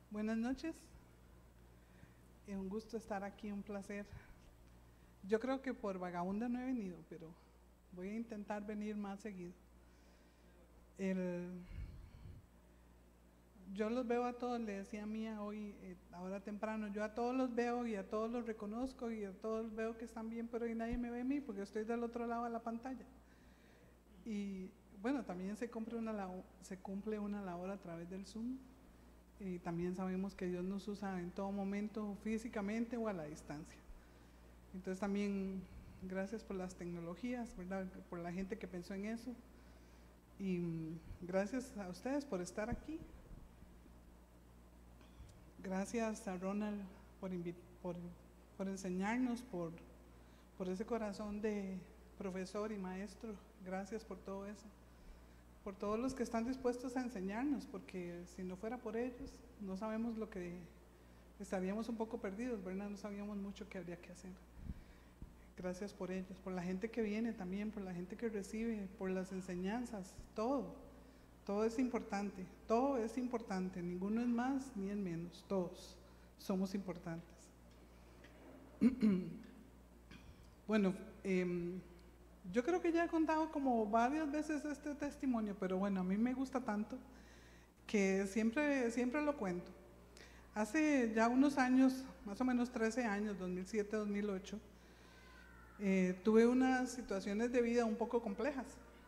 Buenas noches. Un gusto estar aquí, un placer. Yo creo que por vagabunda no he venido, pero voy a intentar venir más seguido. Yo los veo a todos, le decía a Mía hoy, ahora temprano, yo a todos los veo y a todos los reconozco y a todos veo que están bien, pero hoy nadie me ve a mí porque estoy del otro lado de la pantalla. Y bueno, también se cumple una labor a través del Zoom. Y también sabemos que Dios nos usa en todo momento, físicamente o a la distancia. Entonces también gracias por las tecnologías, ¿verdad? Por la gente que pensó en eso. Y gracias a ustedes por estar aquí. Gracias a Ronald por enseñarnos, por ese corazón de profesor y maestro. Gracias por todo eso. Por todos los que están dispuestos a enseñarnos, porque si no fuera por ellos, no sabemos lo que estaríamos un poco perdidos, ¿verdad? No sabíamos mucho qué habría que hacer. Gracias por ellos, por la gente que viene también, por la gente que recibe, por las enseñanzas, todo es importante, ninguno es más ni es menos, todos somos importantes. Bueno, yo creo que ya he contado como varias veces este testimonio, pero bueno, a mí me gusta tanto que siempre lo cuento. Hace ya unos años, más o menos 13 años, 2007-2008, tuve unas situaciones de vida un poco complejas.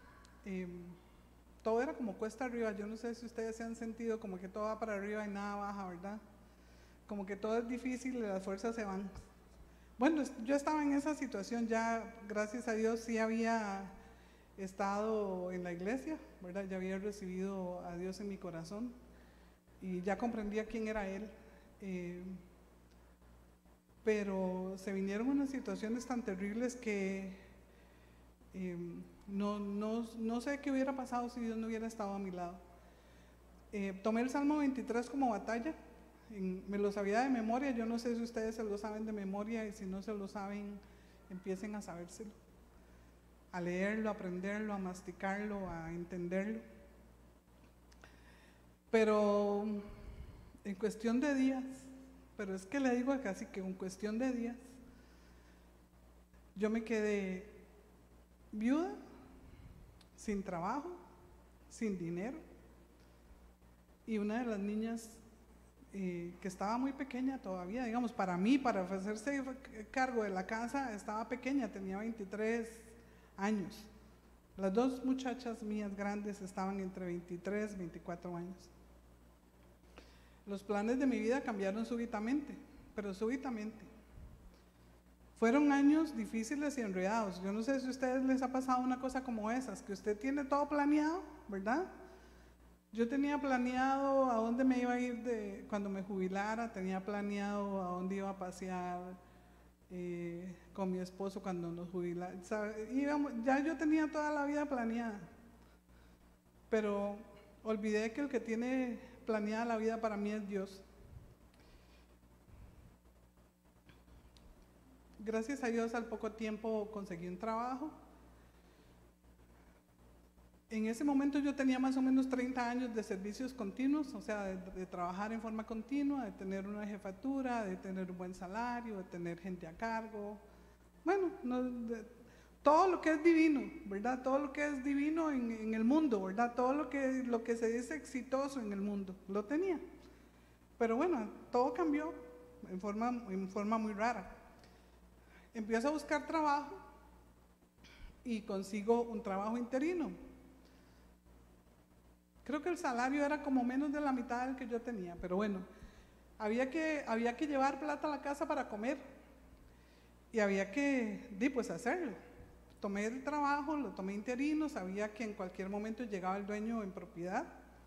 Todo era como cuesta arriba. Yo no sé si ustedes se han sentido como que todo va para arriba y nada baja, ¿verdad? Como que todo es difícil y las fuerzas se van. Bueno, yo estaba en esa situación ya, gracias a Dios, sí había estado en la iglesia, ¿verdad? Ya había recibido a Dios en mi corazón y ya comprendía quién era Él. Pero se vinieron unas situaciones tan terribles que no sé qué hubiera pasado si Dios no hubiera estado a mi lado. Tomé el Salmo 23 como batalla. Me lo sabía de memoria, yo no sé si ustedes se lo saben de memoria y si no se lo saben, empiecen a sabérselo, a leerlo, a aprenderlo, a masticarlo, a entenderlo. Pero en cuestión de días, pero es que le digo casi que en cuestión de días, yo me quedé viuda, sin trabajo, sin dinero, y una de las niñas que estaba muy pequeña todavía, digamos, para mí, para hacerse cargo de la casa, estaba pequeña, tenía 23 años. Las dos muchachas mías grandes estaban entre 23 y 24 años. Los planes de mi vida cambiaron súbitamente, pero súbitamente. Fueron años difíciles y enredados. Yo no sé si a ustedes les ha pasado una cosa como esas, que usted tiene todo planeado, ¿verdad? Yo tenía planeado a dónde me iba a ir cuando me jubilara, tenía planeado a dónde iba a pasear con mi esposo cuando nos jubilara. Ya yo tenía toda la vida planeada, pero olvidé que el que tiene planeada la vida para mí es Dios. Gracias a Dios al poco tiempo conseguí un trabajo. En ese momento yo tenía más o menos 30 años de servicios continuos, o sea, de trabajar en forma continua, de tener una jefatura, de tener un buen salario, de tener gente a cargo. Bueno, todo lo que es divino, ¿verdad? Todo lo que es divino en el mundo, ¿verdad? Todo lo que se dice exitoso en el mundo, lo tenía. Pero bueno, todo cambió en forma muy rara. Empiezo a buscar trabajo y consigo un trabajo interino. Creo que el salario era como menos de la mitad del que yo tenía, pero bueno, había que llevar plata a la casa para comer y había que, pues hacerlo. Tomé el trabajo, lo tomé interino, sabía que en cualquier momento llegaba el dueño en propiedad,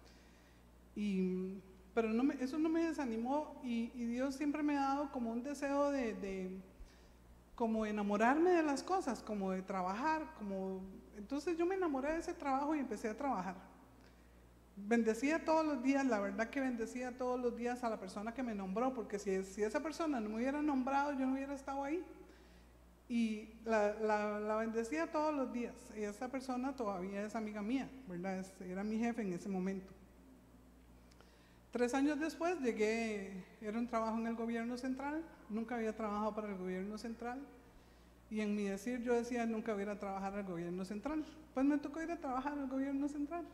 pero eso no me desanimó y Dios siempre me ha dado como un deseo de como enamorarme de las cosas, como de trabajar, entonces yo me enamoré de ese trabajo y empecé a trabajar. Bendecía todos los días, la verdad que bendecía todos los días a la persona que me nombró, porque si esa persona no me hubiera nombrado, yo no hubiera estado ahí. Y la bendecía todos los días, y esa persona todavía es amiga mía, ¿verdad? Era mi jefe en ese momento. 3 años después llegué, era un trabajo en el gobierno central, nunca había trabajado para el gobierno central, y en mi decir yo decía nunca voy a ir a trabajar al gobierno central. Pues me tocó ir a trabajar al gobierno central.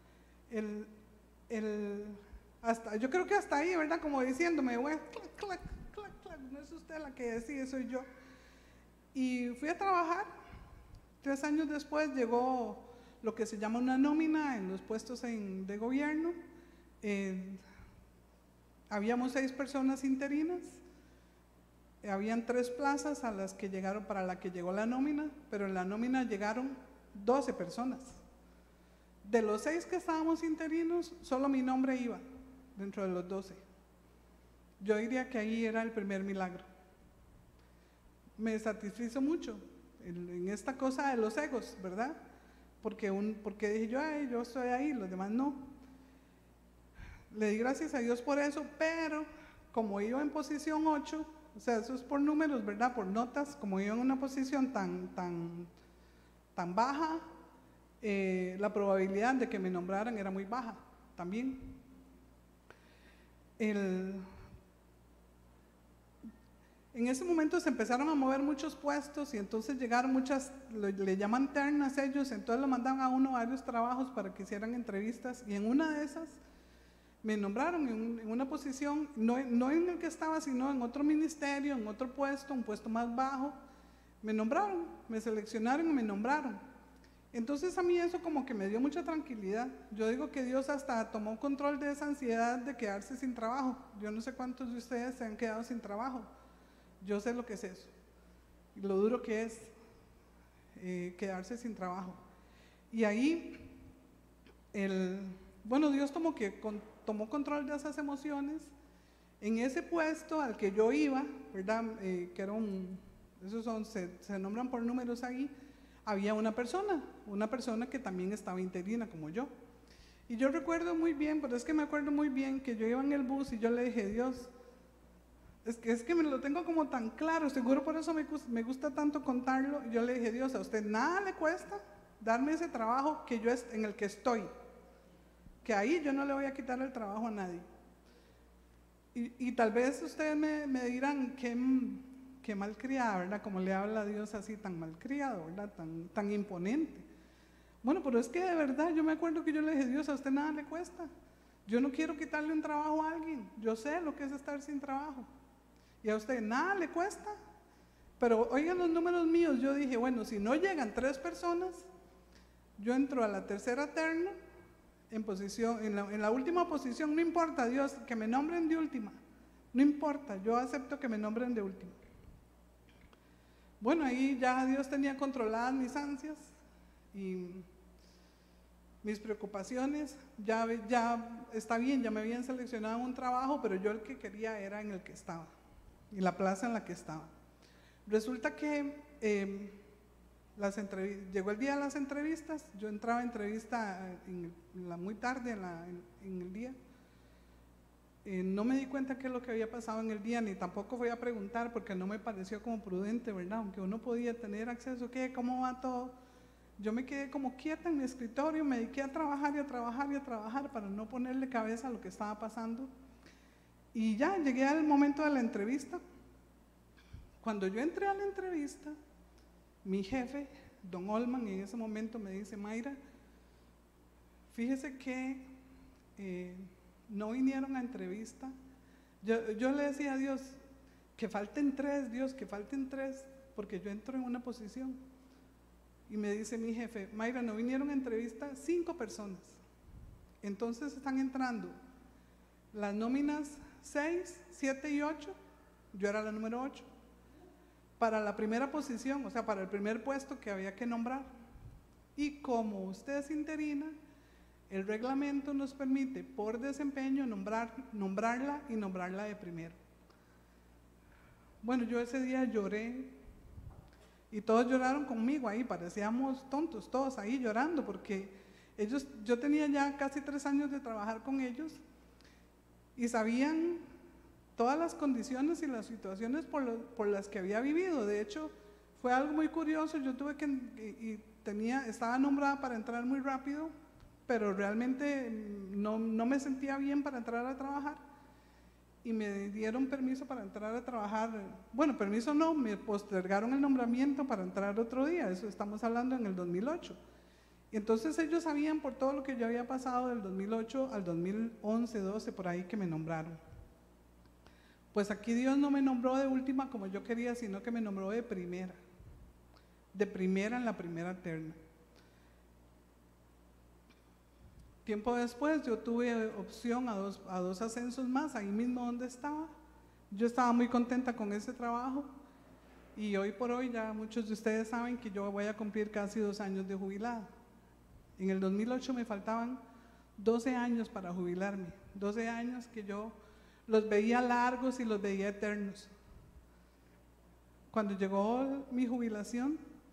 Yo creo que hasta ahí, ¿verdad? Como diciéndome, bueno, clac, clac, clac, clac, no es usted la que decide, soy yo. Y fui a trabajar. 3 años después llegó lo que se llama una nómina en los puestos de gobierno. Habíamos 6 personas interinas, habían 3 plazas a las que llegaron, para la que llegó la nómina, pero en la nómina llegaron 12 personas. De los 6 que estábamos interinos, solo mi nombre iba dentro de los 12. Yo diría que ahí era el primer milagro. Me satisfizo mucho en esta cosa de los egos, ¿verdad? Porque dije yo, ay, yo estoy ahí, los demás no. Le di gracias a Dios por eso, pero como iba en posición 8, o sea, eso es por números, ¿verdad? Por notas, como iba en una posición tan baja, la probabilidad de que me nombraran era muy baja también. En ese momento se empezaron a mover muchos puestos y entonces llegaron muchas, le llaman ternas ellos, entonces lo mandaban a uno varios trabajos para que hicieran entrevistas, y en una de esas me nombraron en una posición, no en el que estaba, sino en otro ministerio, en otro puesto, un puesto más bajo. Me nombraron, me seleccionaron y me nombraron. Entonces a mí eso como que me dio mucha tranquilidad. Yo digo que Dios hasta tomó control de esa ansiedad de quedarse sin trabajo. Yo no sé cuántos de ustedes se han quedado sin trabajo. Yo sé lo que es eso, lo duro que es quedarse sin trabajo. Y ahí, Dios tomó control de esas emociones. En ese puesto al que yo iba, ¿verdad? Que era se nombran por números ahí, había una persona que también estaba interina como yo. Y yo recuerdo muy bien, pero es que me acuerdo muy bien que yo iba en el bus y yo le dije, Dios, es que me lo tengo como tan claro, seguro por eso me gusta tanto contarlo. Yo le dije, Dios, a usted nada le cuesta darme ese trabajo en el que estoy, que ahí yo no le voy a quitar el trabajo a nadie. Y tal vez ustedes me dirán, qué malcriada, ¿verdad? Como le habla a Dios así, tan malcriado, ¿verdad? Tan imponente. Bueno, pero es que de verdad yo me acuerdo que yo le dije, Dios, a usted nada le cuesta. Yo no quiero quitarle un trabajo a alguien, yo sé lo que es estar sin trabajo. Y a usted nada le cuesta. Pero oigan los números míos, yo dije, bueno, si no llegan 3 personas, yo entro a la tercera terna, en la última posición, no importa, Dios, que me nombren de última, no importa, yo acepto que me nombren de última. Bueno, ahí ya Dios tenía controladas mis ansias y mis preocupaciones. Ya está bien, ya me habían seleccionado un trabajo, pero yo el que quería era en el que estaba, y la plaza en la que estaba. Resulta que llegó el día de las entrevistas. Yo entraba a entrevista muy tarde en el día. No me di cuenta qué es lo que había pasado en el día, ni tampoco voy a preguntar porque no me pareció como prudente, ¿verdad? Aunque uno podía tener acceso, ¿cómo va todo? Yo me quedé como quieta en mi escritorio, me dediqué a trabajar y a trabajar y a trabajar para no ponerle cabeza a lo que estaba pasando. Y ya llegué al momento de la entrevista. Cuando yo entré a la entrevista, mi jefe, don Olman, en ese momento me dice, Mayra, fíjese que no vinieron a entrevista. Yo le decía a Dios, que falten 3, Dios, que falten 3, porque yo entro en una posición. Y me dice mi jefe, Mayra, no vinieron a entrevista 5 personas. Entonces están entrando las nóminas 6, 7 y 8, yo era la número 8, para la primera posición, o sea, para el primer puesto que había que nombrar. Y como usted es interina, el reglamento nos permite por desempeño nombrarla y nombrarla de primero. Bueno, yo ese día lloré y todos lloraron conmigo ahí, parecíamos tontos todos ahí llorando, porque yo tenía ya casi 3 años de trabajar con ellos y sabían todas las condiciones y las situaciones por las que había vivido. De hecho, fue algo muy curioso. Yo estaba nombrada para entrar muy rápido, pero realmente no me sentía bien para entrar a trabajar y me dieron permiso para entrar a trabajar. Bueno, permiso no, me postergaron el nombramiento para entrar otro día, eso estamos hablando en el 2008. Y entonces ellos sabían por todo lo que yo había pasado del 2008 al 2011, 12, por ahí que me nombraron. Pues aquí Dios no me nombró de última como yo quería, sino que me nombró de primera en la primera terna. Tiempo después yo tuve opción a dos ascensos más, ahí mismo donde estaba. Yo estaba muy contenta con ese trabajo y hoy por hoy ya muchos de ustedes saben que yo voy a cumplir casi 2 años de jubilada. En el 2008 me faltaban 12 años para jubilarme, 12 años que yo los veía largos y los veía eternos. Cuando llegó mi jubilación,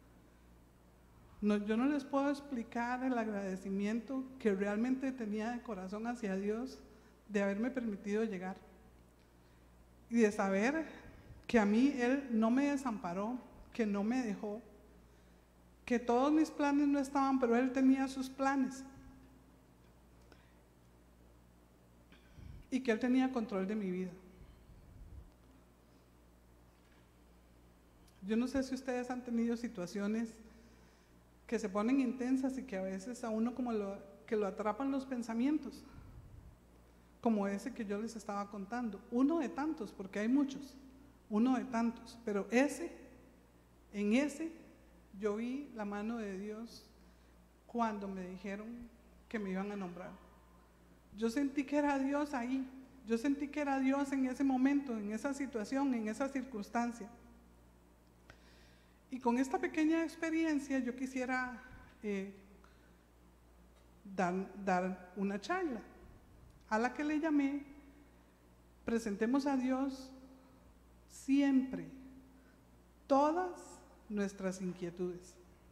yo no les puedo explicar el agradecimiento que realmente tenía de corazón hacia Dios de haberme permitido llegar y de saber que a mí Él no me desamparó, que no me dejó, que todos mis planes no estaban, pero Él tenía sus planes y que Él tenía control de mi vida. Yo no sé si ustedes han tenido situaciones que se ponen intensas y que a veces a uno como que lo atrapan los pensamientos, como ese que yo les estaba contando, uno de tantos, porque hay muchos, uno de tantos, pero en ese yo vi la mano de Dios cuando me dijeron que me iban a nombrar. Yo sentí que era Dios ahí, yo sentí que era Dios en ese momento, en esa situación, en esa circunstancia. Y con esta pequeña experiencia yo quisiera dar una charla a la que le llamé presentemos a Dios siempre todas nuestras inquietudes.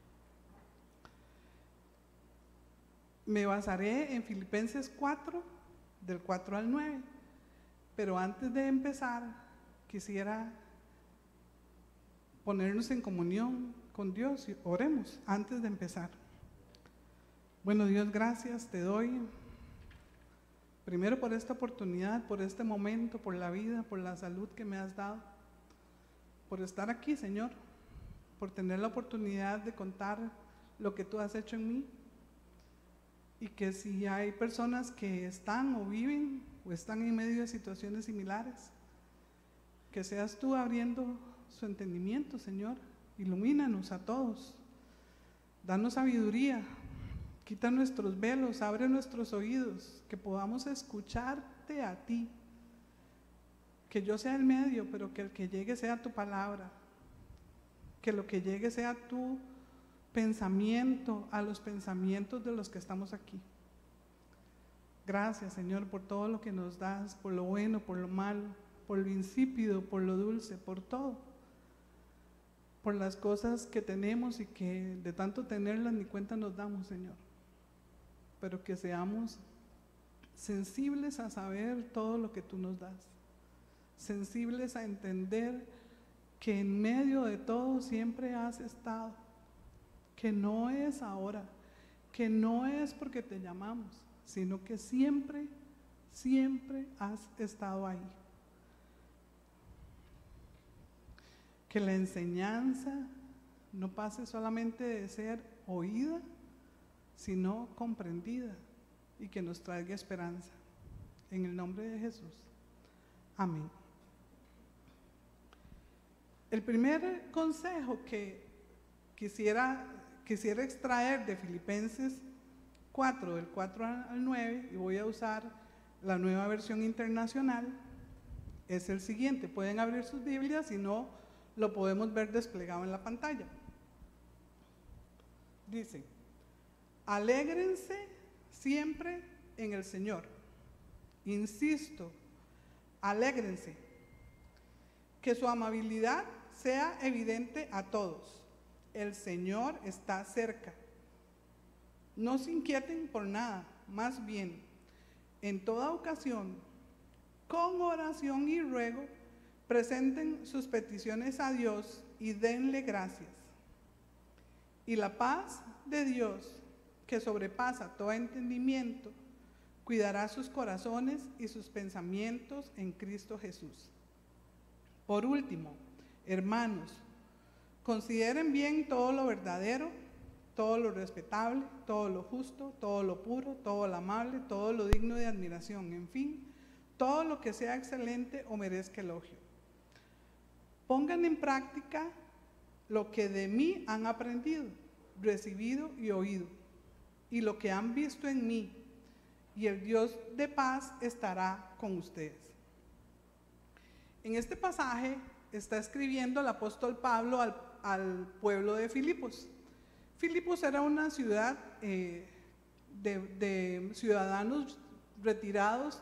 Me basaré en Filipenses 4, del 4 al 9, pero antes de empezar quisiera ponernos en comunión con Dios y oremos antes de empezar. Bueno, Dios, gracias te doy primero por esta oportunidad, por este momento, por la vida, por la salud que me has dado, por estar aquí, Señor, por tener la oportunidad de contar lo que tú has hecho en mí, y que si hay personas que están o viven o están en medio de situaciones similares, que seas tú abriendo su entendimiento, Señor. Ilumínanos a todos, danos sabiduría, quita nuestros velos, abre nuestros oídos, que podamos escucharte a ti, que yo sea el medio, pero que el que llegue sea tu palabra, que lo que llegue sea tu pensamiento a los pensamientos de los que estamos aquí. Gracias, Señor, por todo lo que nos das, por lo bueno, por lo malo, por lo insípido, por lo dulce, por todo, por las cosas que tenemos y que de tanto tenerlas ni cuenta nos damos, Señor, pero que seamos sensibles a saber todo lo que tú nos das, sensibles a entender que en medio de todo siempre has estado, que no es ahora, que no es porque te llamamos, sino que siempre, siempre has estado ahí. Que la enseñanza no pase solamente de ser oída, sino comprendida, y que nos traiga esperanza. En el nombre de Jesús. Amén. El primer consejo que quisiera extraer de Filipenses 4, del 4 al 9, y voy a usar la Nueva Versión Internacional, es el siguiente. Pueden abrir sus Biblias, si no, lo podemos ver desplegado en la pantalla. Dice: alégrense siempre en el Señor. Insisto, alégrense. Que su amabilidad sea evidente a todos. El Señor está cerca. No se inquieten por nada, más bien, en toda ocasión, con oración y ruego, presenten sus peticiones a Dios y denle gracias. Y la paz de Dios, que sobrepasa todo entendimiento, cuidará sus corazones y sus pensamientos en Cristo Jesús. Por último, hermanos, consideren bien todo lo verdadero, todo lo respetable, todo lo justo, todo lo puro, todo lo amable, todo lo digno de admiración, en fin, todo lo que sea excelente o merezca elogio. Pongan en práctica lo que de mí han aprendido, recibido y oído, y lo que han visto en mí, y el Dios de paz estará con ustedes. En este pasaje está escribiendo el apóstol Pablo al pueblo de Filipos. Filipos era una ciudad de ciudadanos retirados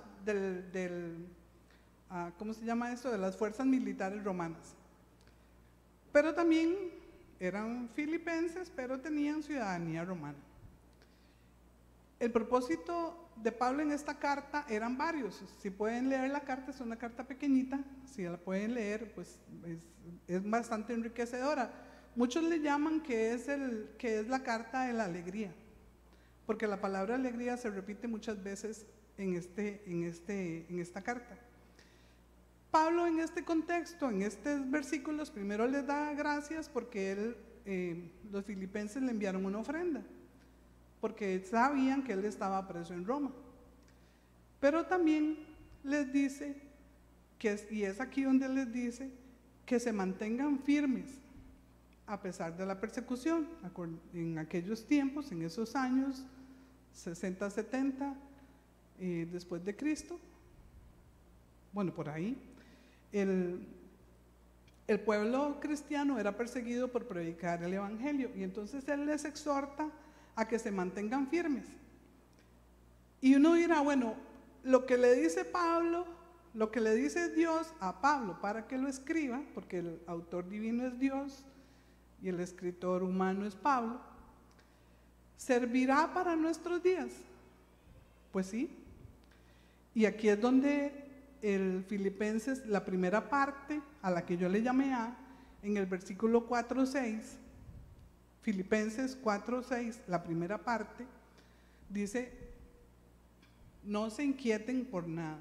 ¿cómo se llama esto? De las fuerzas militares romanas. Pero también eran filipenses, pero tenían ciudadanía romana. El propósito de Pablo en esta carta eran varios. Si pueden leer la carta, es una carta pequeñita, si la pueden leer, pues es bastante enriquecedora. Muchos le llaman que es la carta de la alegría, porque la palabra alegría se repite muchas veces en esta carta. Pablo en este contexto, en estos versículos, primero les da gracias porque los filipenses le enviaron una ofrenda, porque sabían que él estaba preso en Roma. Pero también les dice, y es aquí donde les dice, que se mantengan firmes a pesar de la persecución. En aquellos tiempos, en esos años 60, 70, después de Cristo, bueno, por ahí, el pueblo cristiano era perseguido por predicar el evangelio, y entonces él les exhorta a que se mantengan firmes. Y uno dirá, bueno, lo que le dice Pablo, lo que le dice Dios a Pablo para que lo escriba, porque el autor divino es Dios y el escritor humano es Pablo, ¿servirá para nuestros días? Pues sí. Y aquí es donde el Filipenses, la primera parte a la que yo le llamé A, en el versículo 4:6, Filipenses 4:6, la primera parte, dice: no se inquieten por nada.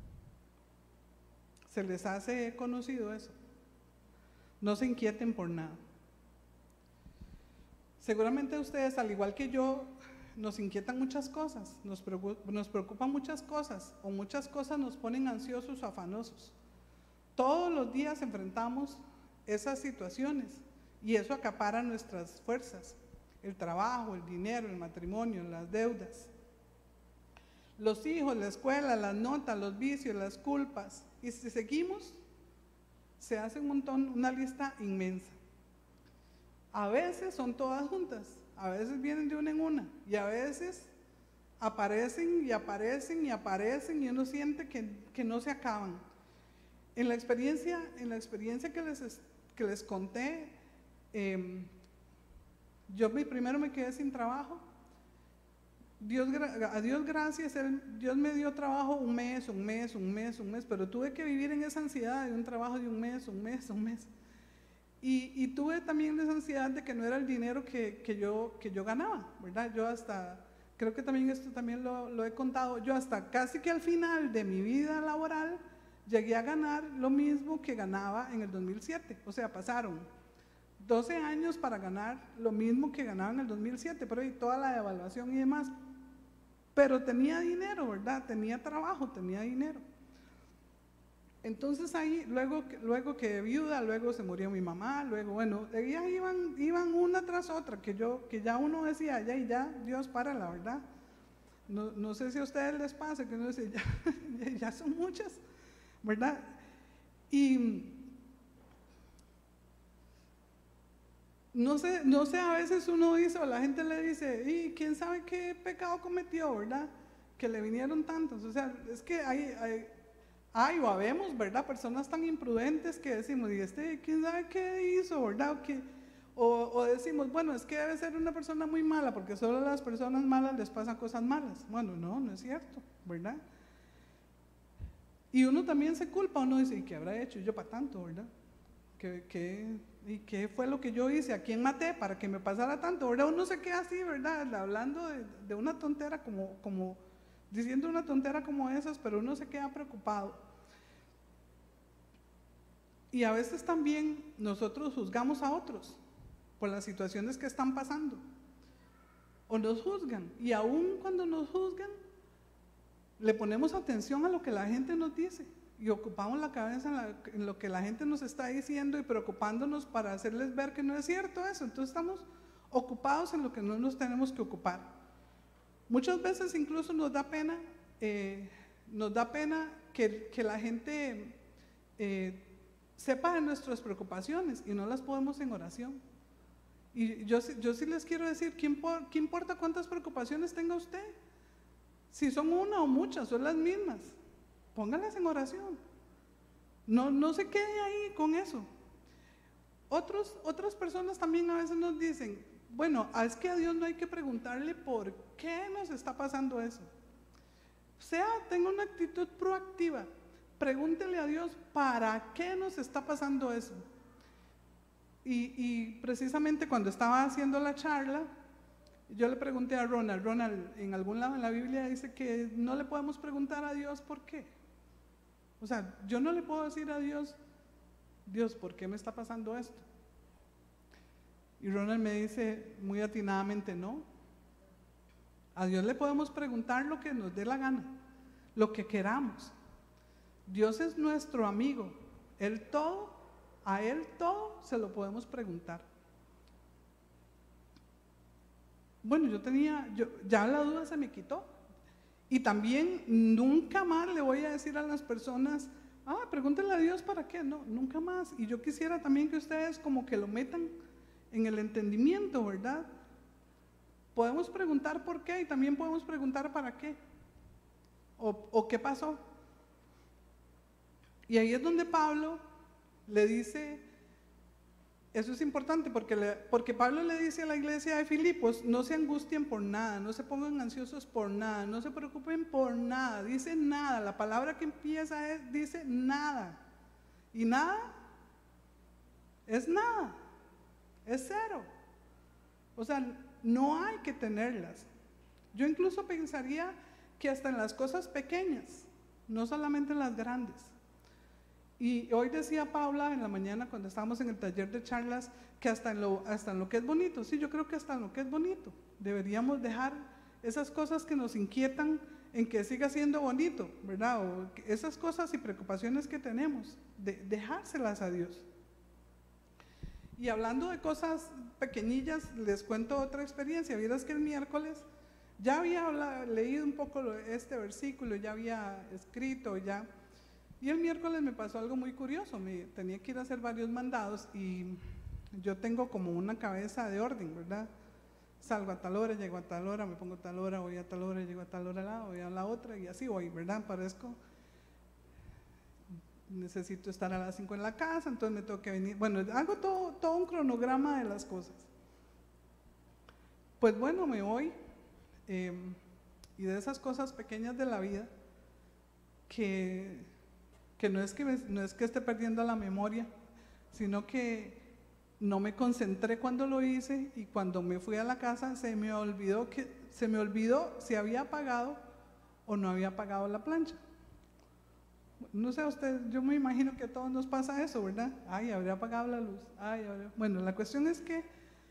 ¿Se les hace conocido eso? No se inquieten por nada. Seguramente ustedes, al igual que yo, nos inquietan muchas cosas, nos preocupan muchas cosas, o muchas cosas nos ponen ansiosos o afanosos. Todos los días enfrentamos esas situaciones y eso acapara nuestras fuerzas: el trabajo, el dinero, el matrimonio, las deudas, los hijos, la escuela, las notas, los vicios, las culpas. Y si seguimos, se hace un montón, una lista inmensa. A veces son todas juntas, a veces vienen de una en una, y a veces aparecen y aparecen y aparecen, y uno siente que no se acaban. En la experiencia que les conté, yo primero me quedé sin trabajo. A Dios gracias, Dios me dio trabajo un mes, pero tuve que vivir en esa ansiedad de un trabajo de un mes. Y tuve también esa ansiedad de que no era el dinero que yo ganaba, ¿verdad? Yo hasta, creo que también esto también lo he contado, yo hasta casi que al final de mi vida laboral llegué a ganar lo mismo que ganaba en el 2007. O sea, pasaron 12 años para ganar lo mismo que ganaba en el 2007, pero y toda la devaluación y demás. Pero tenía dinero, ¿verdad? Tenía trabajo, tenía dinero. Entonces ahí, luego quedé viuda, luego se murió mi mamá, luego, bueno, ellas iban una tras otra, que ya uno decía, ya, Dios, para la verdad. No sé si a ustedes les pasa, que uno dice, ya son muchas, ¿verdad? Y no sé, a veces uno dice, o la gente le dice, y quién sabe qué pecado cometió, ¿verdad? Que le vinieron tantos. O sea, es que hay o habemos, ¿verdad? Personas tan imprudentes que decimos, y quién sabe qué hizo, ¿verdad? O decimos, bueno, es que debe ser una persona muy mala, porque solo a las personas malas les pasan cosas malas. Bueno, no es cierto, ¿verdad? Y uno también se culpa, uno dice, ¿y qué habrá hecho yo para tanto, verdad? ¿Y qué fue lo que yo hice? ¿A quién maté para que me pasara tanto? Ahora uno se queda así, ¿verdad? Hablando de una tontera, como diciendo una tontera como esas, pero uno se queda preocupado. Y a veces también nosotros juzgamos a otros por las situaciones que están pasando. O nos juzgan. Y aún cuando nos juzgan, le ponemos atención a lo que la gente nos dice. Y ocupamos la cabeza en lo que la gente nos está diciendo y preocupándonos para hacerles ver que no es cierto eso. Entonces estamos ocupados en lo que no nos tenemos que ocupar. Muchas veces incluso nos da pena que la gente sepa de nuestras preocupaciones y no las podemos en oración. Y yo sí les quiero decir, ¿qué importa cuántas preocupaciones tenga usted? Si son una o muchas, son las mismas, pónganlas en oración. No se quede ahí con eso. Otras personas también a veces nos dicen, bueno, es que a Dios no hay que preguntarle por qué nos está pasando eso. Tenga una actitud proactiva. Pregúntele a Dios para qué nos está pasando eso. Y precisamente cuando estaba haciendo la charla, yo le pregunté a Ronald, en algún lado en la Biblia dice que no le podemos preguntar a Dios por qué. O sea, yo no le puedo decir a Dios, ¿por qué me está pasando esto? Y Ronald me dice muy atinadamente, no. A Dios le podemos preguntar lo que nos dé la gana, lo que queramos. Dios es nuestro amigo. A Él todo se lo podemos preguntar. Bueno, ya la duda se me quitó. Y también nunca más le voy a decir a las personas, pregúntenle a Dios para qué. No, nunca más. Y yo quisiera también que ustedes como que lo metan en el entendimiento, ¿verdad? Podemos preguntar por qué y también podemos preguntar para qué. O qué pasó. Y ahí es donde Pablo le dice, eso es importante porque Pablo le dice a la iglesia de Filipos, no se angustien por nada, no se pongan ansiosos por nada, no se preocupen por nada, dice nada, la palabra que empieza dice nada, y nada es nada, es cero, o sea, no hay que tenerlas. Yo incluso pensaría que hasta en las cosas pequeñas, no solamente en las grandes. Y hoy decía Paula en la mañana cuando estábamos en el taller de charlas que hasta en lo que es bonito, sí, yo creo que hasta en lo que es bonito deberíamos dejar esas cosas que nos inquietan en que siga siendo bonito, ¿verdad? O esas cosas y preocupaciones que tenemos, dejárselas a Dios. Y hablando de cosas pequeñillas, les cuento otra experiencia. Vieras que el miércoles ya había leído un poco este versículo, ya había escrito, y el miércoles me pasó algo muy curioso. Tenía que ir a hacer varios mandados y yo tengo como una cabeza de orden, ¿verdad? Salgo a tal hora, llego a tal hora, me pongo a tal hora, voy a tal hora, llego a tal hora, voy a la otra y así voy, ¿verdad? Necesito estar a las 5 en la casa, entonces me tengo que venir. Bueno, hago todo un cronograma de las cosas. Pues bueno, me voy y de esas cosas pequeñas de la vida que no es que esté perdiendo la memoria, sino que no me concentré cuando lo hice y cuando me fui a la casa se me olvidó si había apagado o no había apagado la plancha. No sé, usted, yo me imagino que a todos nos pasa eso, ¿verdad? Habría apagado la luz. Bueno, la cuestión es que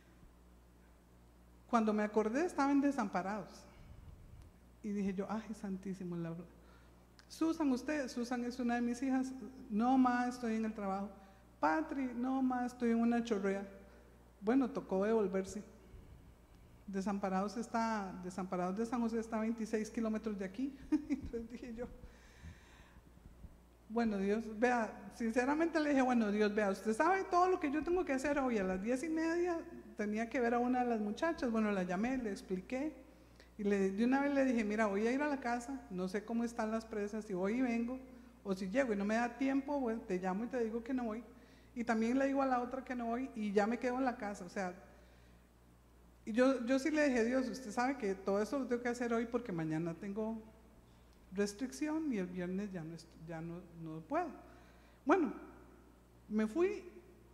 cuando me acordé estaba en Desamparados y dije yo, santísimo, Susan es una de mis hijas. No, ma, estoy en el trabajo. Patri, no, ma, estoy en una chorrea. Bueno, tocó devolverse. Desamparados de San José está a 26 kilómetros de aquí. Entonces dije yo, bueno, Dios, vea, sinceramente le dije, bueno, Dios, vea, usted sabe todo lo que yo tengo que hacer hoy. A las 10:30 tenía que ver a una de las muchachas. Bueno, la llamé, le expliqué. Y de una vez le dije, mira, voy a ir a la casa, no sé cómo están las presas, si voy y vengo, o si llego y no me da tiempo, bueno, te llamo y te digo que no voy. Y también le digo a la otra que no voy y ya me quedo en la casa, o sea. Y yo sí le dije, Dios, usted sabe que todo esto lo tengo que hacer hoy porque mañana tengo restricción y el viernes ya no puedo. Bueno, me fui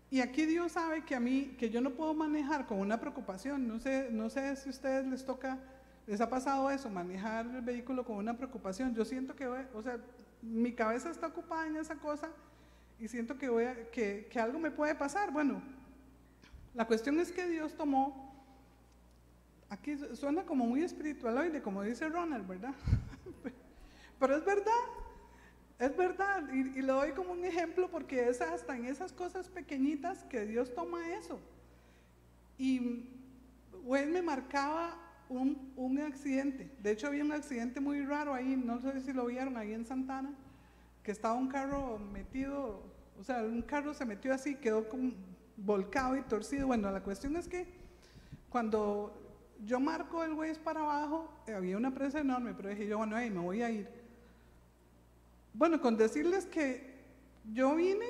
Y aquí Dios sabe que a mí, que yo no puedo manejar con una preocupación. No sé si a ustedes les ha pasado eso, manejar el vehículo con una preocupación. Yo siento que, o sea, mi cabeza está ocupada en esa cosa y siento que algo me puede pasar. Bueno, la cuestión es que Dios tomó, aquí suena como muy espiritualoide, como dice Ronald, ¿verdad? Pero es verdad, y lo doy como un ejemplo porque es hasta en esas cosas pequeñitas que Dios toma eso. Y él me marcaba un accidente. De hecho había un accidente muy raro ahí, no sé si lo vieron, ahí en Santana, que estaba un carro metido, o sea, un carro se metió así, quedó como volcado y torcido. Bueno, la cuestión es que cuando yo marco el Waze para abajo, había una presa enorme, pero dije yo, bueno, me voy a ir. Bueno, con decirles que yo vine,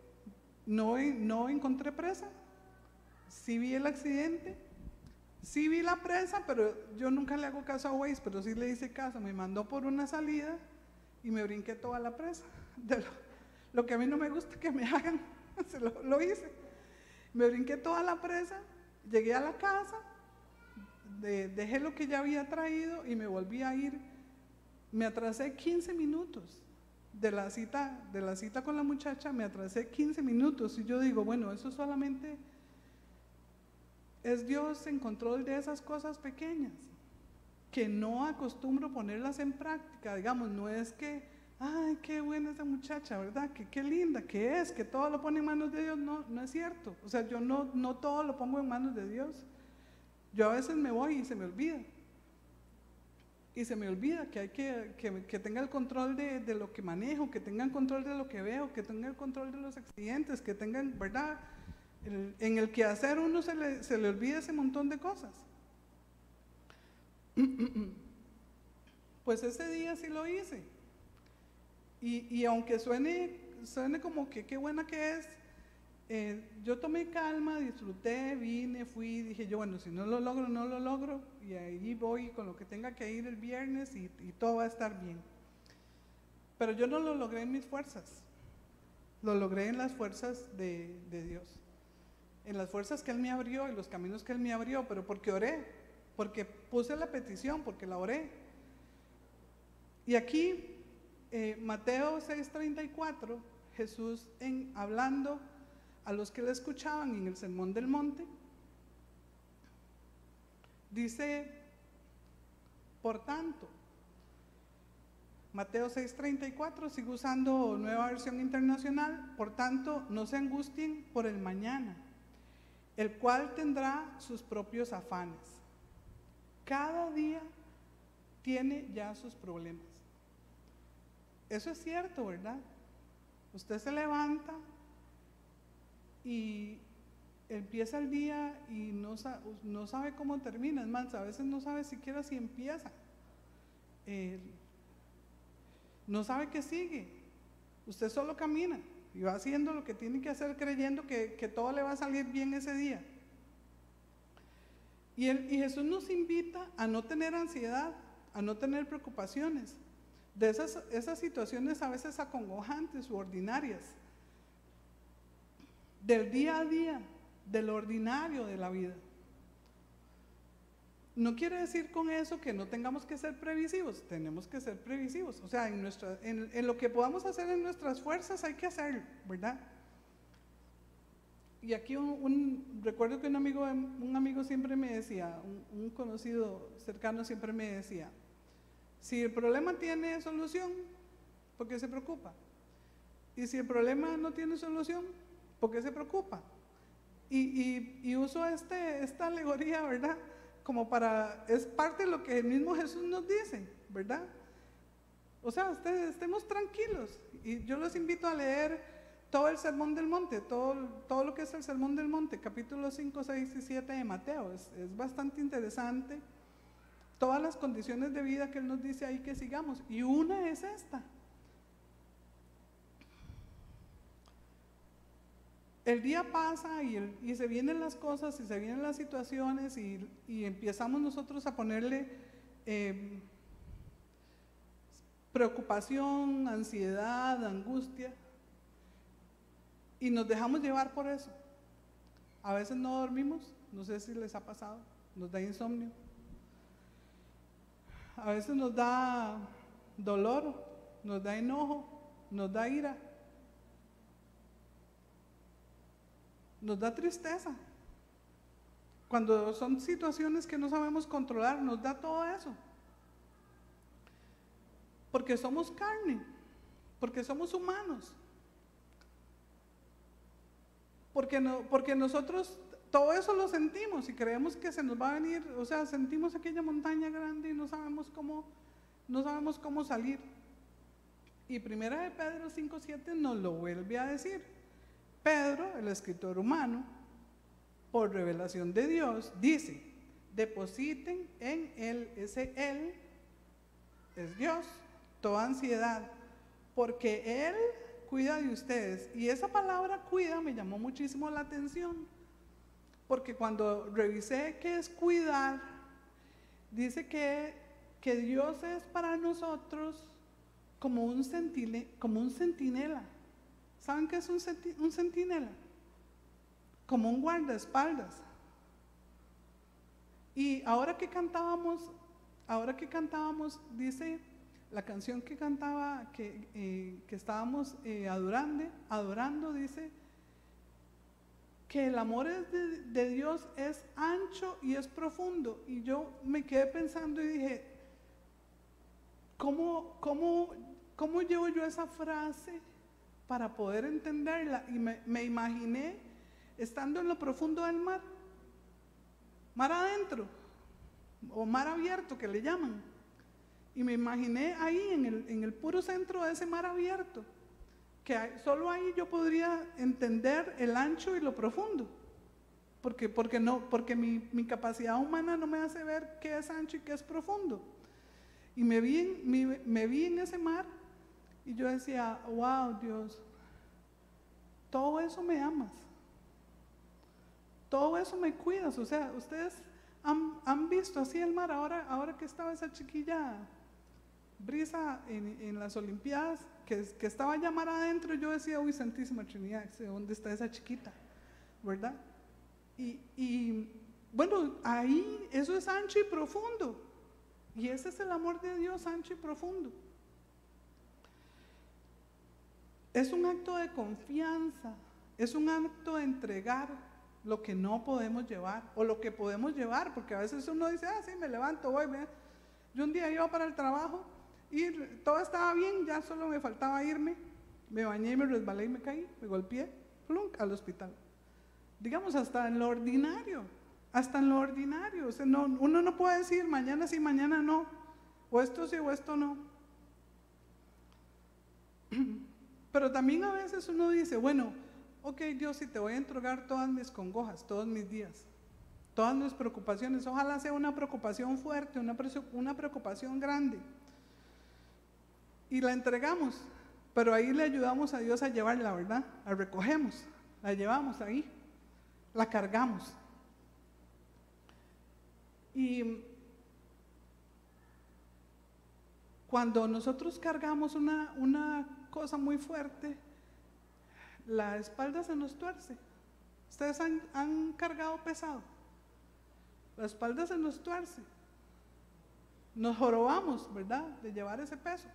no encontré presa, sí vi el accidente, sí vi la presa, pero yo nunca le hago caso a Waze, pero sí le hice caso, me mandó por una salida y me brinqué toda la presa. De lo que a mí no me gusta que me hagan, lo hice. Me brinqué toda la presa, llegué a la casa, dejé lo que ya había traído y me volví a ir. Me atrasé 15 minutos. De la cita con la muchacha me atrasé 15 minutos y yo digo, bueno, eso solamente es Dios en control de esas cosas pequeñas, que no acostumbro ponerlas en práctica. Digamos, no es que, ay, qué buena esa muchacha, ¿verdad? Que qué linda, que todo lo pone en manos de Dios. No es cierto. O sea, yo no todo lo pongo en manos de Dios. Yo a veces me voy y se me olvida. Y se me olvida que hay que tenga el control de lo que manejo, que tenga el control de lo que veo, que tenga el control de los accidentes, que tengan, ¿verdad? En el quehacer uno se le olvida ese montón de cosas. Pues ese día sí lo hice. Y aunque suene como que qué buena que es, yo tomé calma, disfruté, vine, fui, dije yo, bueno, si no lo logro, no lo logro, y ahí voy con lo que tenga que ir el viernes y todo va a estar bien. Pero yo no lo logré en mis fuerzas, lo logré en las fuerzas de Dios, en las fuerzas que Él me abrió y los caminos que Él me abrió, pero porque oré, porque puse la petición, porque la oré. Y aquí, Mateo 6:34, Jesús hablando a los que le escuchaban en el Sermón del Monte, dice, por tanto, Mateo 6:34, sigo usando Nueva Versión Internacional, por tanto, no se angustien por el mañana, el cual tendrá sus propios afanes. Cada día tiene ya sus problemas. Eso es cierto, ¿verdad? Usted se levanta y empieza el día y no sabe cómo termina. Es más, a veces no sabe siquiera si empieza. No sabe qué sigue. Usted solo camina y va haciendo lo que tiene que hacer creyendo que todo le va a salir bien ese día. Y Jesús nos invita a no tener ansiedad, a no tener preocupaciones de esas situaciones a veces acongojantes u ordinarias, del día a día, del ordinario de la vida. No quiere decir con eso que no tengamos que ser previsivos, tenemos que ser previsivos. O sea, en lo que podamos hacer en nuestras fuerzas hay que hacerlo, ¿verdad? Y aquí recuerdo que un amigo siempre me decía, un conocido cercano siempre me decía, si el problema tiene solución, ¿por qué se preocupa? Y si el problema no tiene solución, ¿por qué se preocupa? Y uso esta alegoría, ¿verdad? Como es parte de lo que el mismo Jesús nos dice, ¿verdad? O sea, estemos tranquilos. Y yo los invito a leer todo el Sermón del Monte, todo lo que es el Sermón del Monte, capítulos 5, 6 y 7 de Mateo. Es bastante interesante. Todas las condiciones de vida que Él nos dice ahí que sigamos. Y una es esta. El día pasa y se vienen las cosas y se vienen las situaciones y empezamos nosotros a ponerle preocupación, ansiedad, angustia, y nos dejamos llevar por eso. A veces no dormimos, no sé si les ha pasado, nos da insomnio. A veces nos da dolor, nos da enojo, nos da ira, nos da tristeza. Cuando son situaciones que no sabemos controlar, nos da todo eso. Porque somos carne, porque somos humanos. Porque nosotros todo eso lo sentimos y creemos que se nos va a venir, o sea, sentimos aquella montaña grande y no sabemos cómo salir. Y Primera de Pedro 5:7 nos lo vuelve a decir. Pedro, el escritor humano, por revelación de Dios, dice: depositen en Él, ese Él es Dios, toda ansiedad, porque Él cuida de ustedes. Y esa palabra cuida me llamó muchísimo la atención, porque cuando revisé qué es cuidar, dice que Dios es para nosotros como un centinela. ¿Saben qué es un centinela? Como un guardaespaldas. Y ahora que cantábamos, dice la canción que cantaba, que estábamos adorando, dice que el amor de Dios es ancho y es profundo. Y yo me quedé pensando y dije, ¿cómo llevo yo esa frase para poder entenderla? Y me imaginé estando en lo profundo del mar adentro, o mar abierto que le llaman. Y me imaginé ahí en el puro centro de ese mar abierto, que solo ahí yo podría entender el ancho y lo profundo, porque mi capacidad humana no me hace ver qué es ancho y qué es profundo. Y me vi en ese mar y yo decía, wow, Dios, todo eso me amas, todo eso me cuidas. O sea, ustedes han visto así el mar. Ahora que estaba esa chiquilla Brisa en las Olimpiadas, que estaba ya mar adentro, yo decía, uy, Santísima Trinidad, ¿dónde está esa chiquita? ¿Verdad? Y bueno, ahí eso es ancho y profundo. Y ese es el amor de Dios, ancho y profundo. Es un acto de confianza, es un acto de entregar lo que no podemos llevar, o lo que podemos llevar, porque a veces uno dice, sí, me levanto, voy. Yo un día iba para el trabajo y todo estaba bien, ya solo me faltaba irme, me bañé y me resbalé y me caí, me golpeé, plunk, al hospital. Digamos, hasta en lo ordinario, o sea, uno no puede decir mañana sí, mañana no, o esto sí o esto no. Pero también a veces uno dice, bueno, ok, Dios, si te voy a entregar todas mis congojas, todos mis días, todas mis preocupaciones, ojalá sea una preocupación fuerte, una preocupación grande, y la entregamos, pero ahí le ayudamos a Dios a llevarla, ¿verdad? La recogemos, la llevamos ahí, la cargamos. Y cuando nosotros cargamos una cosa muy fuerte, la espalda se nos tuerce. Ustedes han cargado pesado, la espalda se nos tuerce, nos jorobamos, ¿verdad?, de llevar ese peso.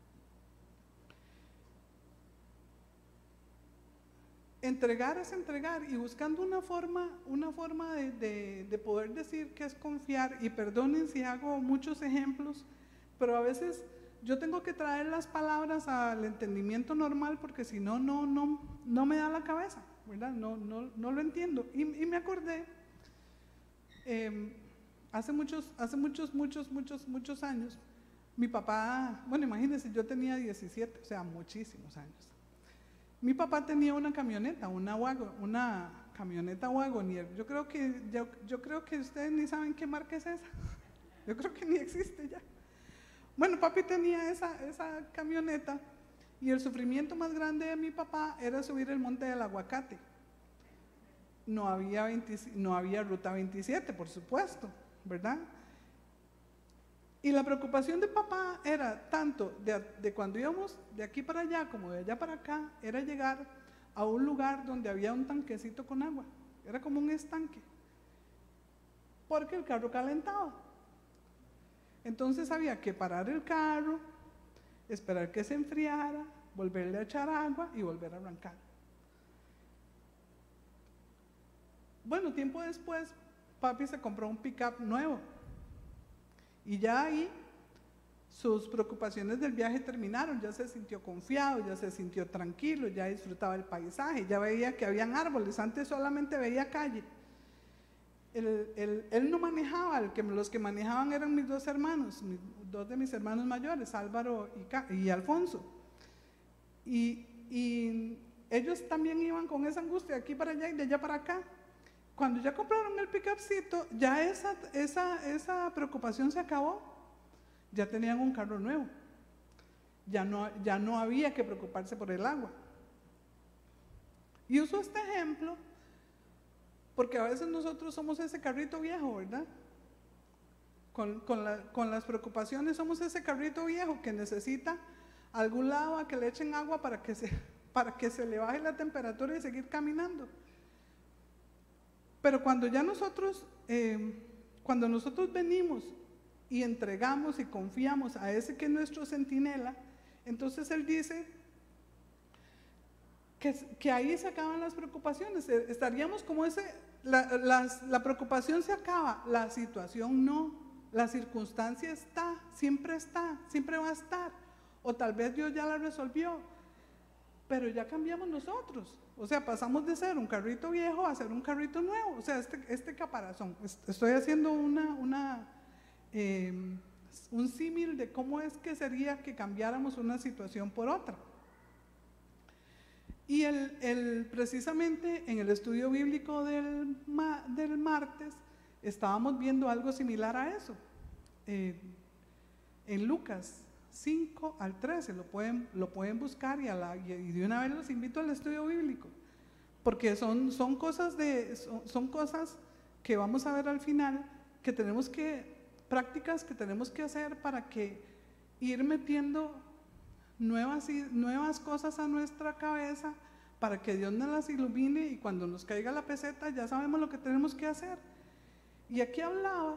Entregar es entregar, y buscando una forma de poder decir que es confiar. Y perdonen si hago muchos ejemplos, pero a veces yo tengo que traer las palabras al entendimiento normal, porque si no me da la cabeza, ¿verdad? No lo entiendo. Y me acordé, hace muchos años, mi papá, bueno, imagínense, yo tenía 17, o sea, muchísimos años. Mi papá tenía una camioneta, una camioneta Wagoneer. Yo creo que ustedes ni saben qué marca es esa. Yo creo que ni existe ya. Bueno, papi tenía esa camioneta, y el sufrimiento más grande de mi papá era subir el Monte del Aguacate. No había ruta 27, por supuesto, ¿verdad? Y la preocupación de papá era tanto de cuando íbamos de aquí para allá como de allá para acá, era llegar a un lugar donde había un tanquecito con agua. era como un estanque, porque el carro calentaba. Entonces había que parar el carro, esperar que se enfriara, volverle a echar agua y volver a arrancar. Bueno, tiempo después, papi se compró un pick-up nuevo y ya ahí sus preocupaciones del viaje terminaron, ya se sintió confiado, ya se sintió tranquilo, ya disfrutaba el paisaje, ya veía que habían árboles, antes solamente veía calle. Él no manejaba, los que manejaban eran mis dos hermanos, dos de mis hermanos mayores, Álvaro y Alfonso. Y ellos también iban con esa angustia de aquí para allá y de allá para acá. Cuando ya compraron el pick-upcito, ya esa preocupación se acabó. Ya tenían un carro nuevo. Ya no había que preocuparse por el agua. Y uso este ejemplo porque a veces nosotros somos ese carrito viejo, ¿verdad? Con las preocupaciones somos ese carrito viejo que necesita algún lado a que le echen agua para que se le baje la temperatura y seguir caminando. Pero cuando nosotros venimos y entregamos y confiamos a ese que es nuestro centinela, entonces Él dice que ahí se acaban las preocupaciones. Estaríamos como la preocupación se acaba, la situación no, la circunstancia está, siempre va a estar, o tal vez Dios ya la resolvió, pero ya cambiamos nosotros. O sea, pasamos de ser un carrito viejo a ser un carrito nuevo. O sea, este caparazón. Estoy haciendo un símil de cómo es que sería que cambiáramos una situación por otra. Y precisamente en el estudio bíblico del martes estábamos viendo algo similar a eso. En Lucas 5 al 13, lo pueden buscar y de una vez los invito al estudio bíblico, porque son cosas que vamos a ver al final, prácticas que tenemos que hacer para que ir metiendo nuevas cosas a nuestra cabeza, para que Dios nos las ilumine y cuando nos caiga la peseta ya sabemos lo que tenemos que hacer. Y aquí hablaba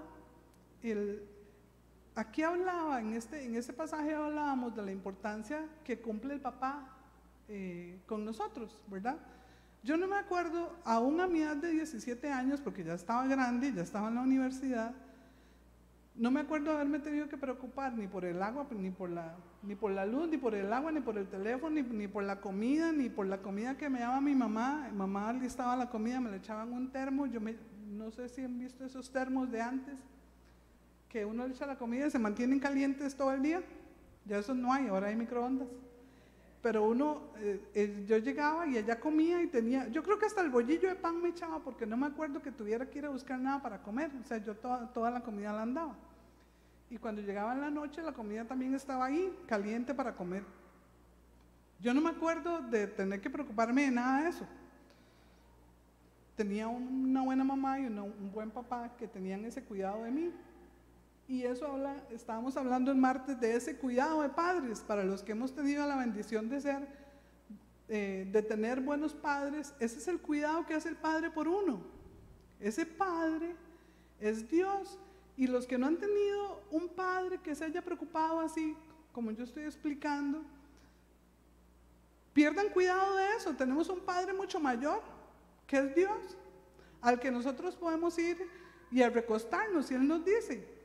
en este pasaje hablábamos de la importancia que cumple el papá con nosotros, ¿verdad? Yo no me acuerdo, aún a mi edad de 17 años, porque ya estaba grande, ya estaba en la universidad, no me acuerdo de haberme tenido que preocupar ni por el agua, ni por la luz, ni por el agua, ni por el teléfono, ni por la comida, ni por la comida que me daba mi mamá. Mi mamá listaba la comida, me la echaban en un termo. No sé si han visto esos termos de antes, que uno le echa la comida y se mantienen calientes todo el día. Ya eso no hay, ahora hay microondas. Pero yo llegaba y ella comía y yo creo que hasta el bollillo de pan me echaba, porque no me acuerdo que tuviera que ir a buscar nada para comer. O sea, yo toda la comida la andaba. Y cuando llegaba en la noche, la comida también estaba ahí, caliente para comer. Yo no me acuerdo de tener que preocuparme de nada de eso. Tenía una buena mamá y un buen papá que tenían ese cuidado de mí. Y estábamos hablando el martes de ese cuidado de padres, para los que hemos tenido la bendición de tener buenos padres. Ese es el cuidado que hace el Padre por uno. Ese Padre es Dios, y los que no han tenido un Padre que se haya preocupado así, como yo estoy explicando, pierdan cuidado de eso. Tenemos un Padre mucho mayor, que es Dios, al que nosotros podemos ir y a recostarnos, y Él nos dice,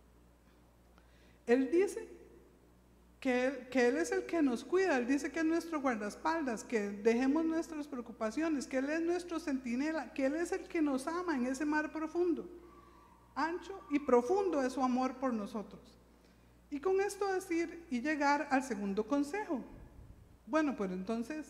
que Él es el que nos cuida. Él dice que es nuestro guardaespaldas, que dejemos nuestras preocupaciones, que Él es nuestro centinela, que Él es el que nos ama en ese mar profundo. Ancho y profundo es su amor por nosotros. Y con esto decir y llegar al segundo consejo. Bueno, pues entonces,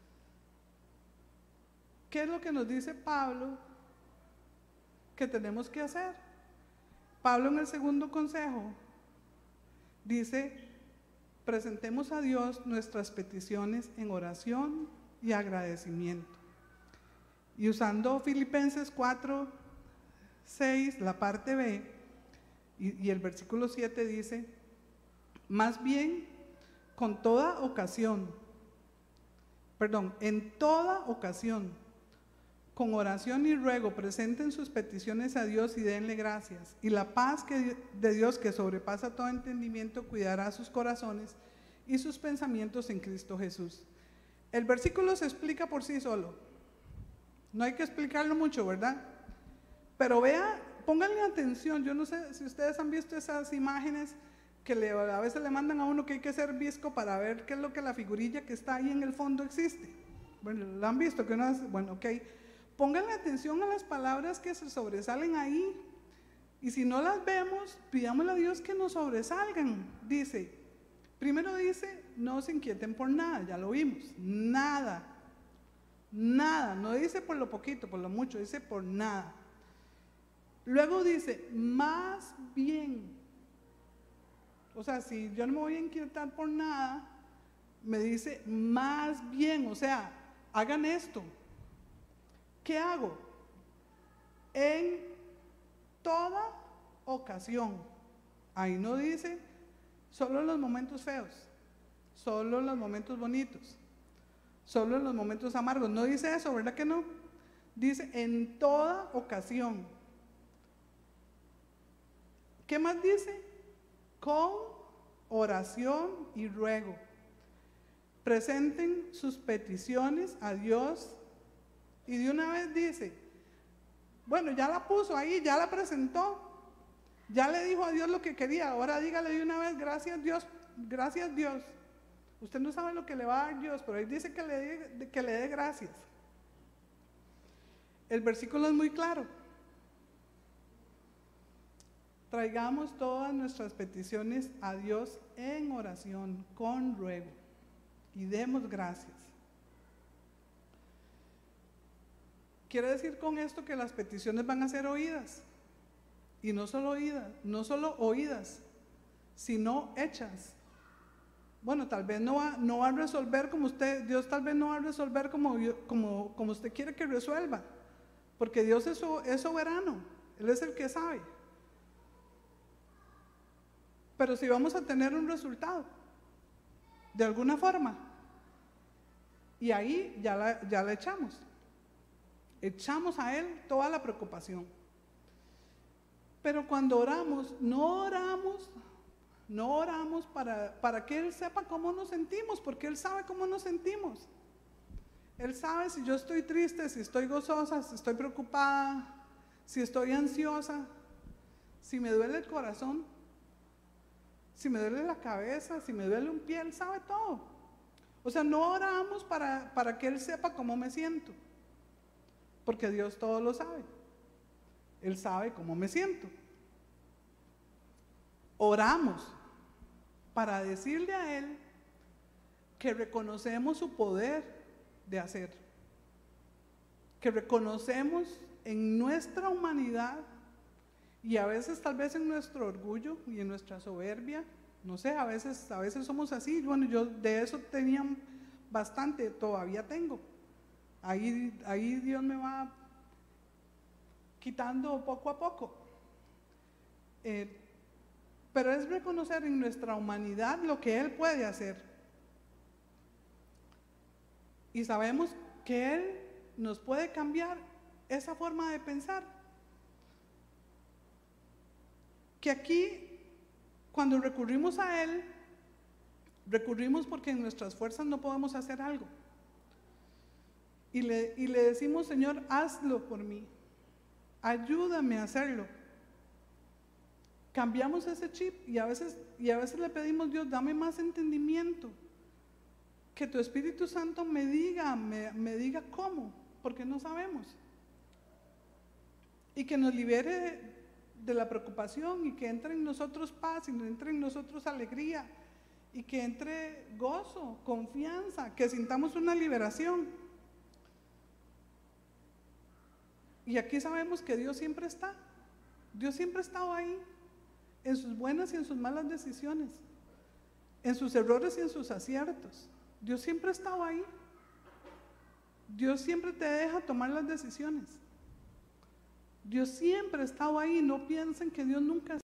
¿qué es lo que nos dice Pablo que tenemos que hacer? Pablo en el segundo consejo dice: presentemos a Dios nuestras peticiones en oración y agradecimiento. Y usando Filipenses 4:6, la parte B, y el versículo 7 dice: más bien, en toda ocasión, con oración y ruego presenten sus peticiones a Dios y denle gracias. Y la paz de Dios, que sobrepasa todo entendimiento, cuidará sus corazones y sus pensamientos en Cristo Jesús. El versículo se explica por sí solo. No hay que explicarlo mucho, ¿verdad? Pero vea, pónganle atención. Yo no sé si ustedes han visto esas imágenes que a veces le mandan a uno que hay que ser visco para ver qué es lo que la figurilla que está ahí en el fondo existe. Bueno, ¿lo han visto? Bueno, ok. Pónganle atención a las palabras que se sobresalen ahí. Y si no las vemos, pidámosle a Dios que nos sobresalgan. Primero dice, no se inquieten por nada, ya lo vimos. Nada. Nada. No dice por lo poquito, por lo mucho, dice por nada. Luego dice, más bien. O sea, si yo no me voy a inquietar por nada, me dice más bien, o sea, hagan esto. ¿Qué hago? En toda ocasión. Ahí no dice solo en los momentos feos, solo en los momentos bonitos, solo en los momentos amargos. No dice eso, ¿verdad que no? Dice en toda ocasión. ¿Qué más dice? Con oración y ruego. Presenten sus peticiones a Dios. Y de una vez dice, bueno, ya la puso ahí, ya la presentó, ya le dijo a Dios lo que quería, ahora dígale de una vez, gracias Dios, gracias Dios. Usted no sabe lo que le va a dar Dios, pero ahí dice que le dé gracias. El versículo es muy claro. Traigamos todas nuestras peticiones a Dios en oración, con ruego, y demos gracias. Quiere decir con esto que las peticiones van a ser oídas, y no solo oídas, sino hechas. Bueno, tal vez no va a resolver como usted, Dios tal vez no va a resolver como usted quiere que resuelva, porque Dios es soberano, Él es el que sabe. Pero si vamos a tener un resultado, de alguna forma, y ahí ya la echamos. Echamos a Él toda la preocupación. Pero cuando oramos, no oramos para que Él sepa cómo nos sentimos, porque Él sabe cómo nos sentimos. Él sabe si yo estoy triste, si estoy gozosa, si estoy preocupada, si estoy ansiosa, si me duele el corazón, si me duele la cabeza, si me duele un pie. Él sabe todo. O sea, no oramos para que Él sepa cómo me siento, porque Dios todo lo sabe. Él sabe cómo me siento. Oramos para decirle a Él que reconocemos su poder de hacer, que reconocemos en nuestra humanidad y a veces tal vez en nuestro orgullo y en nuestra soberbia, no sé, a veces somos así. Bueno, yo de eso tenía bastante, todavía tengo. Ahí Dios me va quitando poco a poco. Pero es reconocer en nuestra humanidad lo que Él puede hacer. Y sabemos que Él nos puede cambiar esa forma de pensar. Que aquí, cuando recurrimos a Él, recurrimos porque en nuestras fuerzas no podemos hacer algo. Y le decimos, Señor, hazlo por mí. Ayúdame a hacerlo. Cambiamos ese chip y a veces le pedimos, Dios, dame más entendimiento. Que tu Espíritu Santo me diga cómo, porque no sabemos. Y que nos libere de la preocupación y que entre en nosotros paz y entre en nosotros alegría y que entre gozo, confianza, que sintamos una liberación. Y aquí sabemos que Dios siempre está. Dios siempre ha estado ahí, en sus buenas y en sus malas decisiones, en sus errores y en sus aciertos. Dios siempre ha estado ahí. Dios siempre te deja tomar las decisiones. Dios siempre ha estado ahí. No piensen que Dios nunca